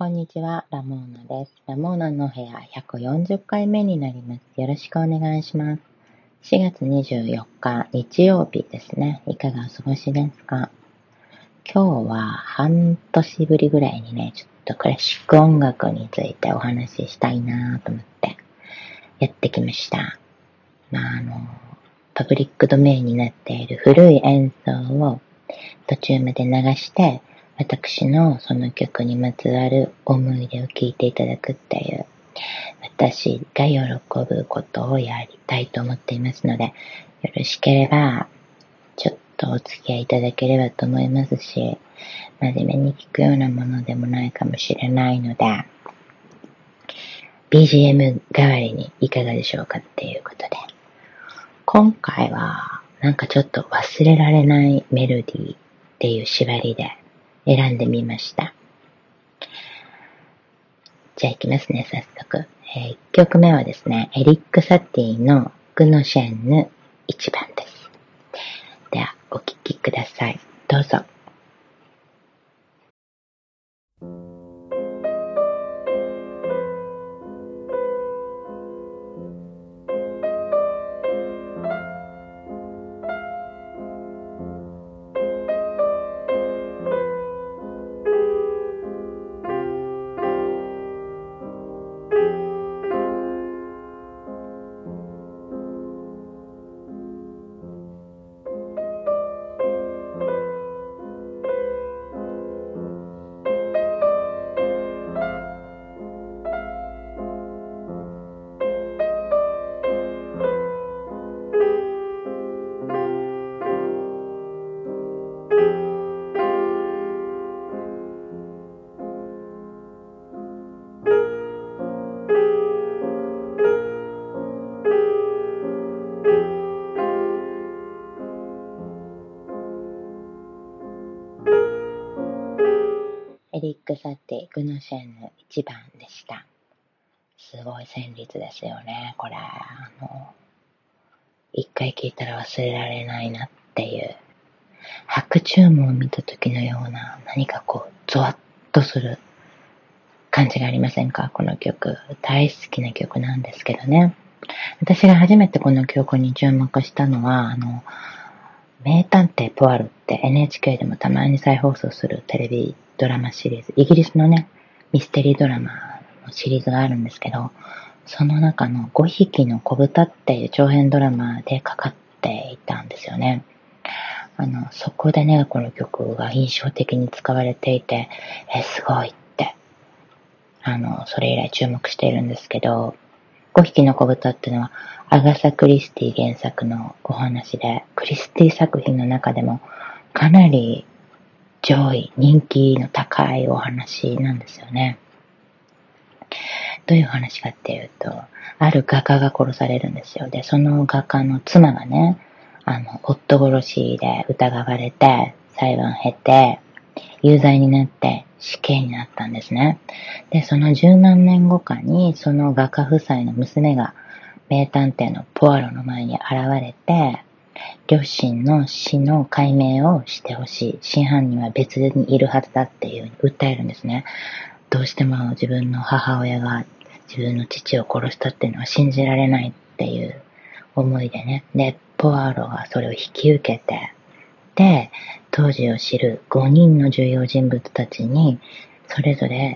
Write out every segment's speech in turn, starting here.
こんにちは、ラモーナです。ラモーナの部屋140回目になります。よろしくお願いします。4月24日、日曜日ですね。いかがお過ごしですか？今日は半年ぶりぐらいにね、ちょっとクラシック音楽についてお話ししたいなと思ってやってきました。パブリックドメインになっている古い演奏を途中まで流して、私のその曲にまつわる思い出を聞いていただくっていう、私が喜ぶことをやりたいと思っていますので、よろしければちょっとお付き合いいただければと思いますし、真面目に聞くようなものでもないかもしれないので、BGM 代わりにいかがでしょうかっていうことで、今回はなんかちょっと忘れられないメロディーっていう縛りで選んでみました。じゃあ行きますね、早速。1曲目はですね、エリック・サティのグノシェンヌ1番です。では、お聴きください。どうぞ。エリック・サティ、グノシェンヌ1番でした。すごい旋律ですよね、これ。一回聴いたら忘れられないなっていう。白昼夢を見た時のような、何かこう、ゾワッとする感じがありませんか？この曲。大好きな曲なんですけどね。私が初めてこの曲に注目したのは、名探偵ポワロって NHK でもたまに再放送するテレビドラマシリーズ、イギリスのね、ミステリードラマのシリーズがあるんですけど、その中の5匹の子豚っていう長編ドラマでかかっていたんですよね。そこでね、この曲が印象的に使われていて、すごいって、それ以来注目しているんですけど、5匹の子豚っていうのはアガサ・クリスティ原作のお話で、クリスティ作品の中でもかなり上位、人気の高いお話なんですよね。どういう話かっていうと、ある画家が殺されるんですよ。で、その画家の妻がね、夫殺しで疑われて、裁判を経て、有罪になって死刑になったんですね。で、その十何年後かに、その画家夫妻の娘が名探偵のポアロの前に現れて、両親の死の解明をしてほしい。真犯人は別にいるはずだっていうふうに訴えるんですね。どうしても自分の母親が自分の父を殺したっていうのは信じられないっていう思いでね。で、ポアロがそれを引き受けて、で、当時を知る5人の重要人物たちに、それぞれ、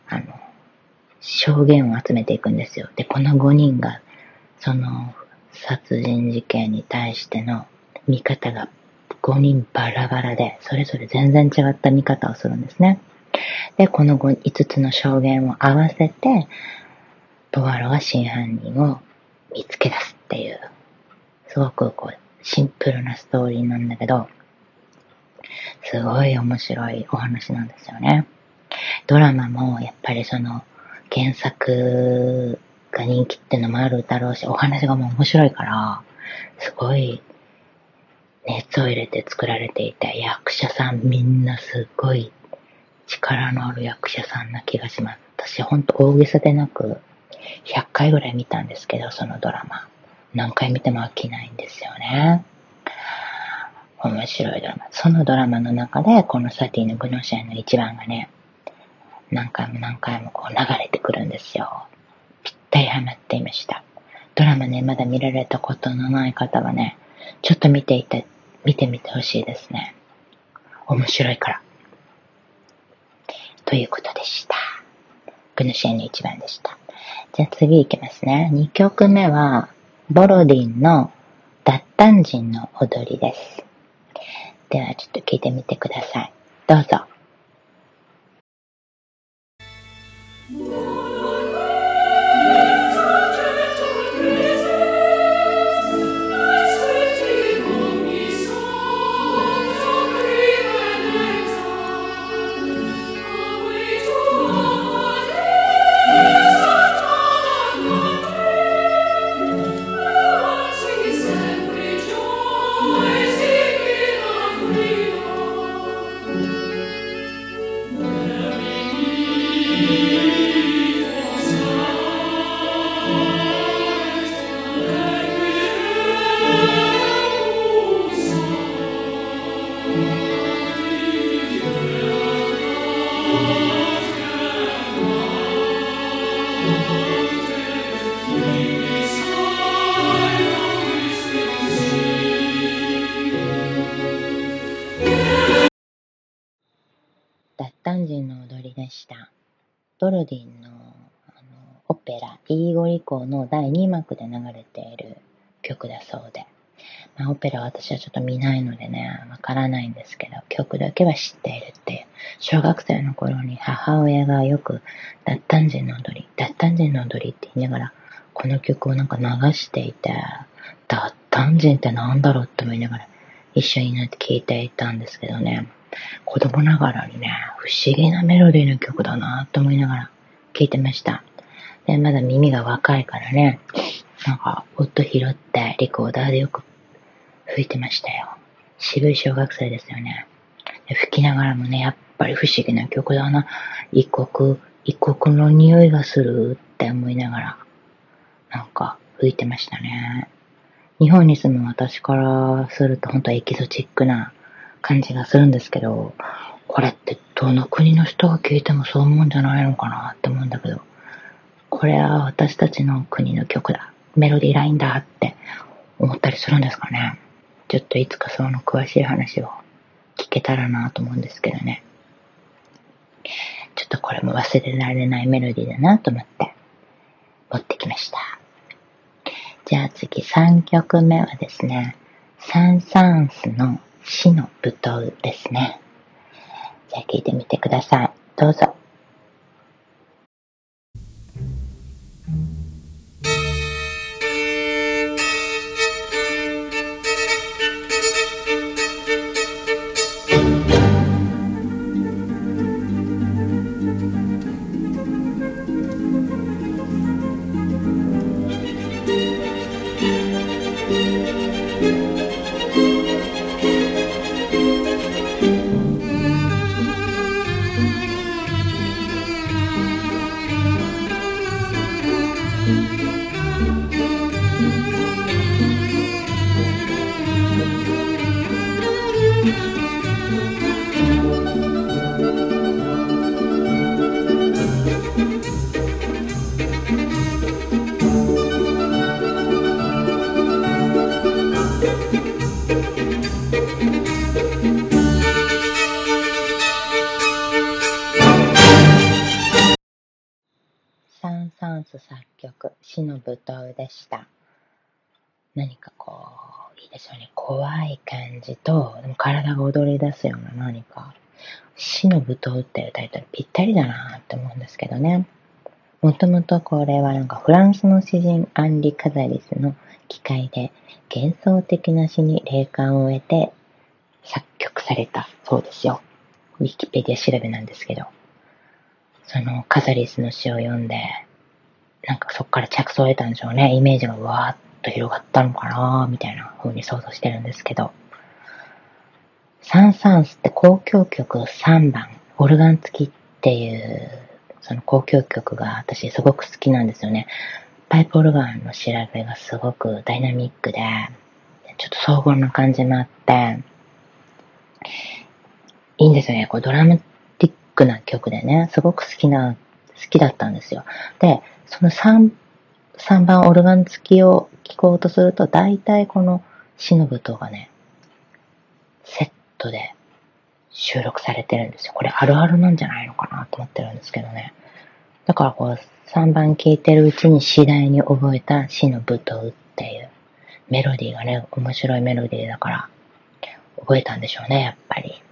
証言を集めていくんですよ。で、この5人が、その殺人事件に対しての見方が5人バラバラで、それぞれ全然違った見方をするんですね。で、この5つの証言を合わせて、ポワロが真犯人を見つけ出すっていう、すごくこう、シンプルなストーリーなんだけど、すごい面白いお話なんですよね。ドラマもやっぱりその原作が人気ってのもあるだろうし、お話がもう面白いから、すごい熱を入れて作られていて、役者さんみんなすごい力のある役者さんな気がします。私ほんと大げさでなく100回ぐらい見たんですけど、そのドラマ。何回見ても飽きないんですよね。面白いドラマ。そのドラマの中で、このサティのグノシェンの1番がね、 何回も何回もこう流れてくるんですよ。ぴったりハマっていました。ドラマね、まだ見られたことのない方はね、ちょっと見てみてほしいですね。面白いから。ということでした。グヌシェンの1番でした。じゃあ次いきますね。2曲目は、ボロディンの脱炭人の踊りです。ではちょっと聞いてみてください。どうぞ。脱炭人の踊りでした。ボロディンのオペライーゴリコの第2幕で流れている曲だそうで、オペラは私はちょっと見ないのでね、わからないんですけど、曲だけは知っているっていう。小学生の頃に母親がよく脱炭人の踊りって言いながら、この曲をなんか流していて、脱炭人ってなんだろうって思いながら、一緒になって聴いていたんですけどね、子供ながらにね、不思議なメロディーの曲だなと思いながら聴いてました。で、まだ耳が若いからね、なんか音拾ってリコーダーでよく吹いてましたよ。渋い小学生ですよね。で吹きながらもね、やっぱり不思議な曲だな。異国の匂いがするって思いながら、なんか吹いてましたね。日本に住む私からすると本当はエキゾチックな感じがするんですけど、これってどの国の人が聴いてもそう思うんじゃないのかなって思うんだけど、これは私たちの国の曲だ、メロディーラインだって思ったりするんですかね。ちょっといつかその詳しい話を聞けたらなと思うんですけどね。ちょっとこれも忘れられないメロディーだなと思って持ってきました。じゃあ次3曲目はですね、サン・サーンスの死の舞踏ですね。じゃあ聞いてみてください。どうぞ。サン・サーンス作曲、死の舞踏でした。何かこう、いいですよね。怖い感じと、でも体が踊り出すような何か、死の舞踏っていうタイトルぴったりだなって思うんですけどね。もともとこれはなんかフランスの詩人アンリ・カザリスの機械で幻想的な詩に霊感を得て作曲されたそうですよ。ウィキペディア調べなんですけど、そのカザリスの詩を読んで、なんかそこから着想を得たんでしょうね。イメージがわーっと広がったのかなみたいな風に想像してるんですけど、サン・サーンスって交響曲3番、オルガン付きっていうその交響曲が私すごく好きなんですよね。パイプオルガンの調べがすごくダイナミックで、ちょっと荘厳な感じもあって、いいんですよね。こうドラマティックな曲でね、すごく好きだったんですよ。で、その3番オルガン付きを聴こうとすると、大体この死の舞踏がね、セットで収録されてるんですよ。これあるあるなんじゃないのかなと思ってるんですけどね。だからこう、3番聴いてるうちに次第に覚えた死の舞踏っていうメロディーがね、面白いメロディーだから覚えたんでしょうね、やっぱり。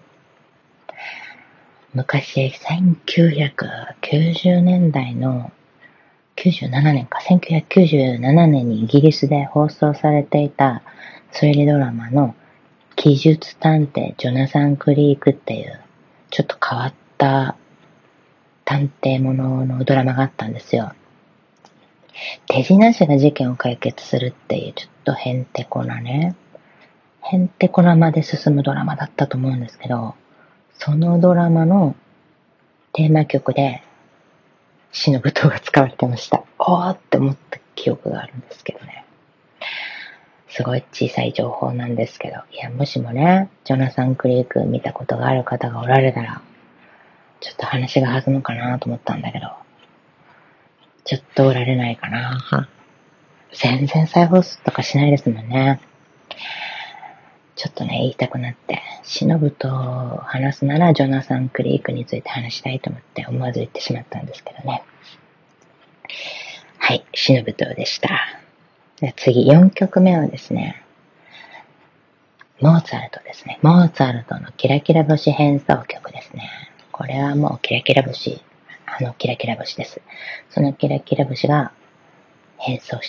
昔、1990年代の97年か、1997年にイギリスで放送されていた推理ドラマの奇術探偵ジョナサン・クリークっていうちょっと変わった探偵もののドラマがあったんですよ。手品師が事件を解決するっていうちょっとへんてこなまで進むドラマだったと思うんですけど、そのドラマのテーマ曲で死の舞踏が使われてました。おーって思った記憶があるんですけどね。すごい小さい情報なんですけど、いや、もしもね、ジョナサン・クリーク見たことがある方がおられたら、ちょっと話が弾むかなと思ったんだけど、ちょっとおられないかな。全然再放送とかしないですもんね。ちょっとね、言いたくなって、死の舞踏を話すならジョナサン・クリークについて話したいと思って思わず言ってしまったんですけどね。はい、死の舞踏でした。で次、4曲目はですね、モーツァルトですね。モーツァルトのキラキラ星変奏曲ですね。これはもうキラキラ星、キラキラ星です。そのキラキラ星が変奏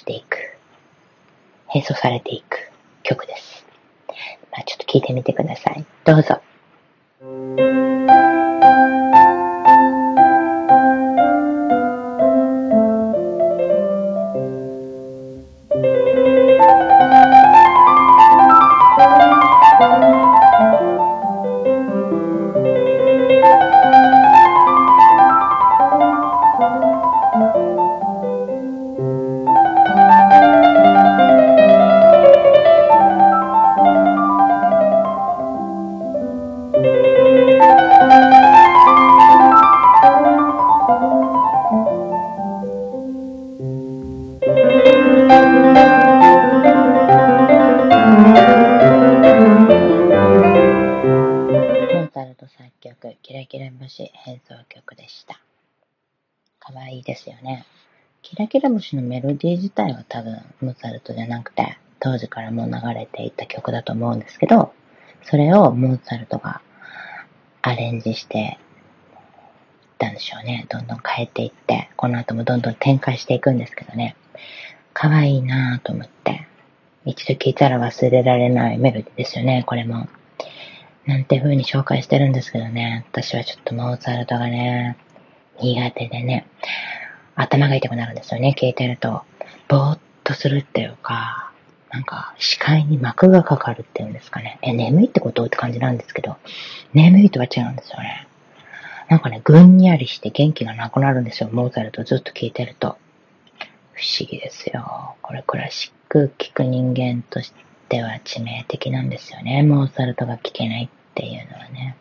されていく曲です。ちょっと聞いてみてください。どうぞ。キラキラ星変奏曲でした。かわいいですよね。キラキラ星のメロディー自体は多分モーツァルトじゃなくて当時からもう流れていた曲だと思うんですけど、それをモーツァルトがアレンジしていったんでしょうね。どんどん変えていって、この後もどんどん展開していくんですけどね。かわいいなぁと思って、一度聴いたら忘れられないメロディーですよね、これも。なんて風に紹介してるんですけどね、私はちょっとモーツァルトがね、苦手でね、頭が痛くなるんですよね、聞いてると。ぼーっとするっていうか、なんか視界に膜がかかるっていうんですかね。眠いってことって感じなんですけど、眠いとは違うんですよね。なんかね、ぐんにゃりして元気がなくなるんですよ、モーツァルトずっと聞いてると。不思議ですよ。これクラシック聴く人間としては致命的なんですよね、モーツァルトが聴けないっていうのはね。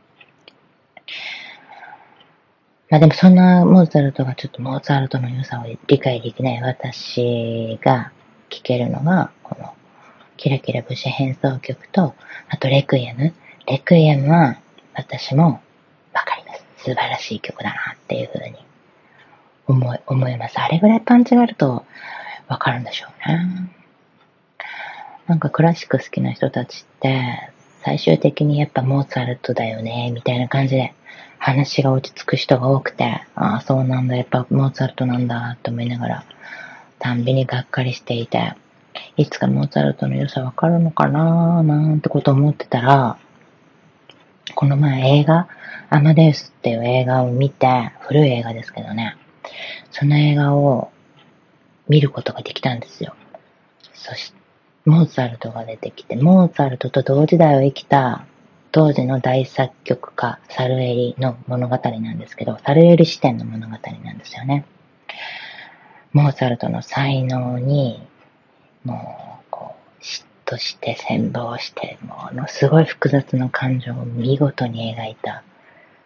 でもそんなモーツァルトがちょっとモーツァルトの良さを理解できない私が聴けるのが、このキラキラ星変奏曲と、あとレクイエム。レクイエムは私もわかります。素晴らしい曲だなっていう風に思います。あれぐらいパンチがあるとわかるんでしょうね。なんかクラシック好きな人たちって最終的にやっぱモーツァルトだよねみたいな感じで話が落ち着く人が多くて、ああそうなんだ、やっぱモーツァルトなんだと思いながらたんびにがっかりしていて、いつかモーツァルトの良さわかるのかなーなんてこと思ってたら、この前映画アマデウスっていう映画を見て、古い映画ですけどね、その映画を見ることができたんですよ。そしてモーツァルトが出てきて、モーツァルトと同時代を生きた当時の大作曲家サルエリの物語なんですけど、サルエリ視点の物語なんですよね。モーツァルトの才能にもうこう嫉妬して羨望して、ものすごい複雑な感情を見事に描いた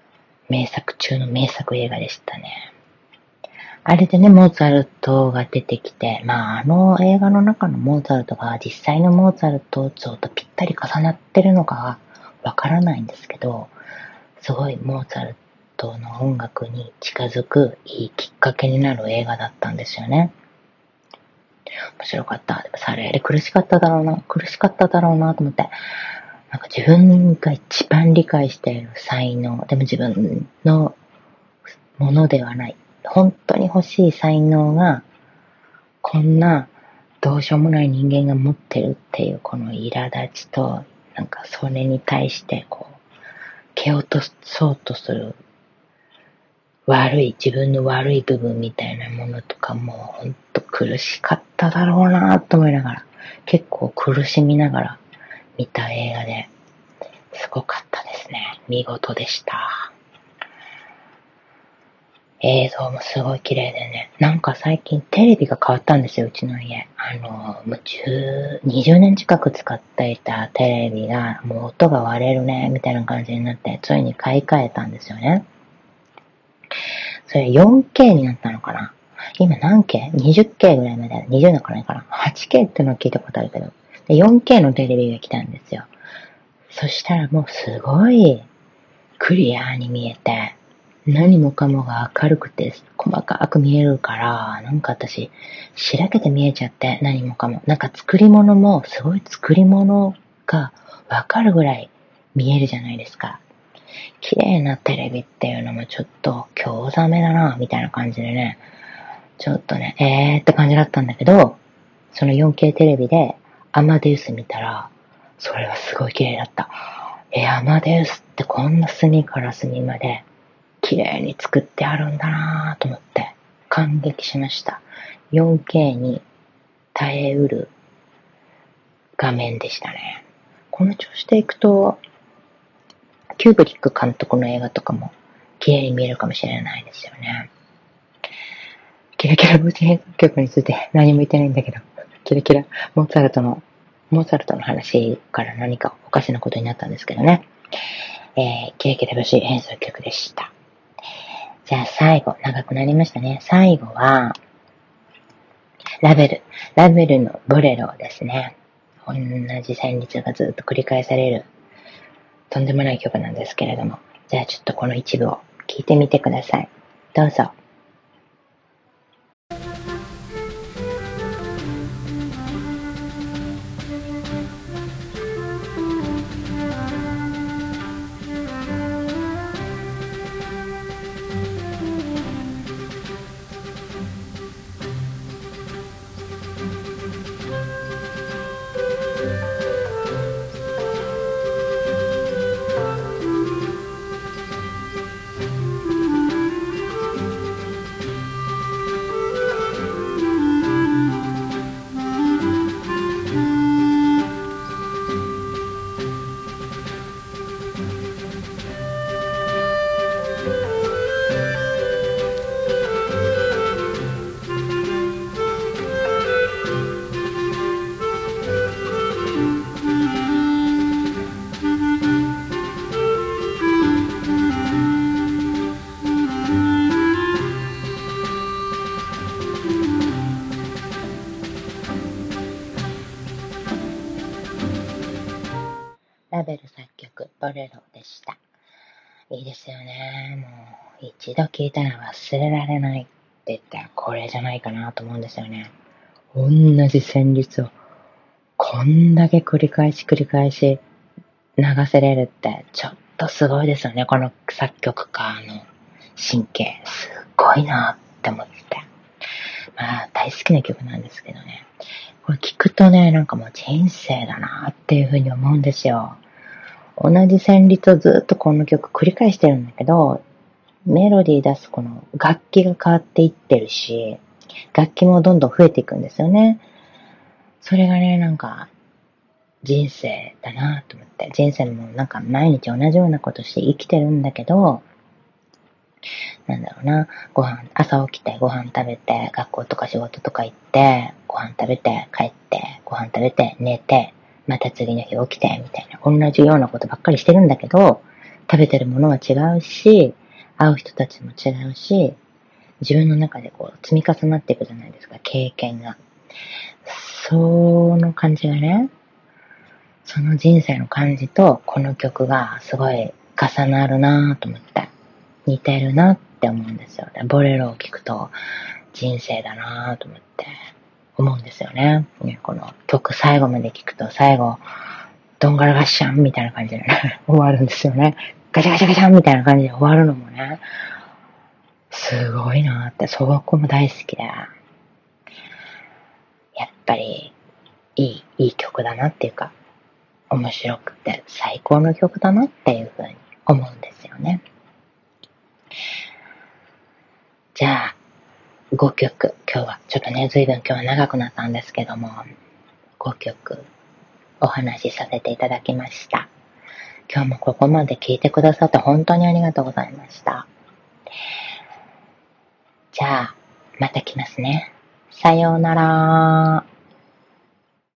名作中の名作映画でしたね。あれでね、モーツァルトが出てきて、まあ、あの映画の中のモーツァルトが実際のモーツァルト像とぴったり重なってるのかわからないんですけど、すごいモーツァルトの音楽に近づくいいきっかけになる映画だったんですよね。面白かった。でもあれ苦しかっただろうなと思って。なんか自分が一番理解している才能、でも自分のものではない。本当に欲しい才能が、こんなどうしようもない人間が持ってるっていうこの苛立ちと、なんかそれに対してこう、蹴落とそうとする自分の悪い部分みたいなものとかもほんと苦しかっただろうなと思いながら、結構苦しみながら見た映画で、すごかったですね。見事でした。映像もすごい綺麗でね。なんか最近テレビが変わったんですよ、うちの家。もう20年近く使っていたテレビが、もう音が割れるね、みたいな感じになって、ついに買い替えたんですよね。それ 4K になったのかな。今何 K？ 20K ぐらいまで、20のかないかな。8K ってのは聞いたことあるけど。で、4K のテレビが来たんですよ。そしたらもうすごいクリアに見えて、何もかもが明るくて細かく見えるから、なんか私、しらけて見えちゃって、何もかも。なんか作り物も、すごい作り物がわかるぐらい見えるじゃないですか。綺麗なテレビっていうのもちょっと興ざめだな、みたいな感じでね、ちょっとね、って感じだったんだけど、その 4K テレビでアマデウス見たら、それはすごい綺麗だった。アマデウスってこんな隅から隅まで綺麗に作ってあるんだなぁと思って感激しました。4K に耐えうる画面でしたね。この調子でいくと、キューブリック監督の映画とかも綺麗に見えるかもしれないですよね。キラキラ無事変曲について何も言ってないんだけど、キラキラモーツァルトの話から何かおかしなことになったんですけどね。キラキラ無事変奏曲でした。じゃあ最後、長くなりましたね。最後は、ラベルのボレロですね。同じ旋律がずっと繰り返される、とんでもない曲なんですけれども。じゃあちょっとこの一部を聴いてみてください。どうぞ。ラベル作曲、ボレロでした。いいですよね。もう、一度聴いたら忘れられないって言ったらこれじゃないかなと思うんですよね。同じ旋律を、こんだけ繰り返し流せれるって、ちょっとすごいですよね。この作曲家の神経。すごいなって思って。まあ、大好きな曲なんですけどね。これ聞くとね、なんかもう人生だなっていうふうに思うんですよ。同じ旋律をずっとこの曲繰り返してるんだけど、メロディー出すこの楽器が変わっていってるし、楽器もどんどん増えていくんですよね。それがね、なんか人生だなと思って。人生もなんか毎日同じようなことして生きてるんだけど、なんだろうな、朝起きてご飯食べて、学校とか仕事とか行って、ご飯食べて、帰って、ご飯食べて、寝て、また次の日起きて、みたいな、同じようなことばっかりしてるんだけど、食べてるものは違うし、 会う人たちも違うし、自分の中でこう積み重なっていくじゃないですか、経験が。その感じがね、その人生の感じとこの曲がすごい重なるなぁと思って、似てるなって思うんですよ。ボレロを聴くと人生だなぁと思って思うんですよね。この曲最後まで聴くと最後、どんがらがっしゃんみたいな感じでね、終わるんですよね。ガチャガチャガチャンみたいな感じで終わるのもね、すごいなぁって、そこも大好きで、やっぱりいい曲だなっていうか、面白くて最高の曲だなっていうふうに思うんですよね。じゃあ、5曲、今日はちょっとね、随分今日は長くなったんですけども、5曲お話しさせていただきました。今日もここまで聞いてくださって本当にありがとうございました。じゃあ、また来ますね。さようなら。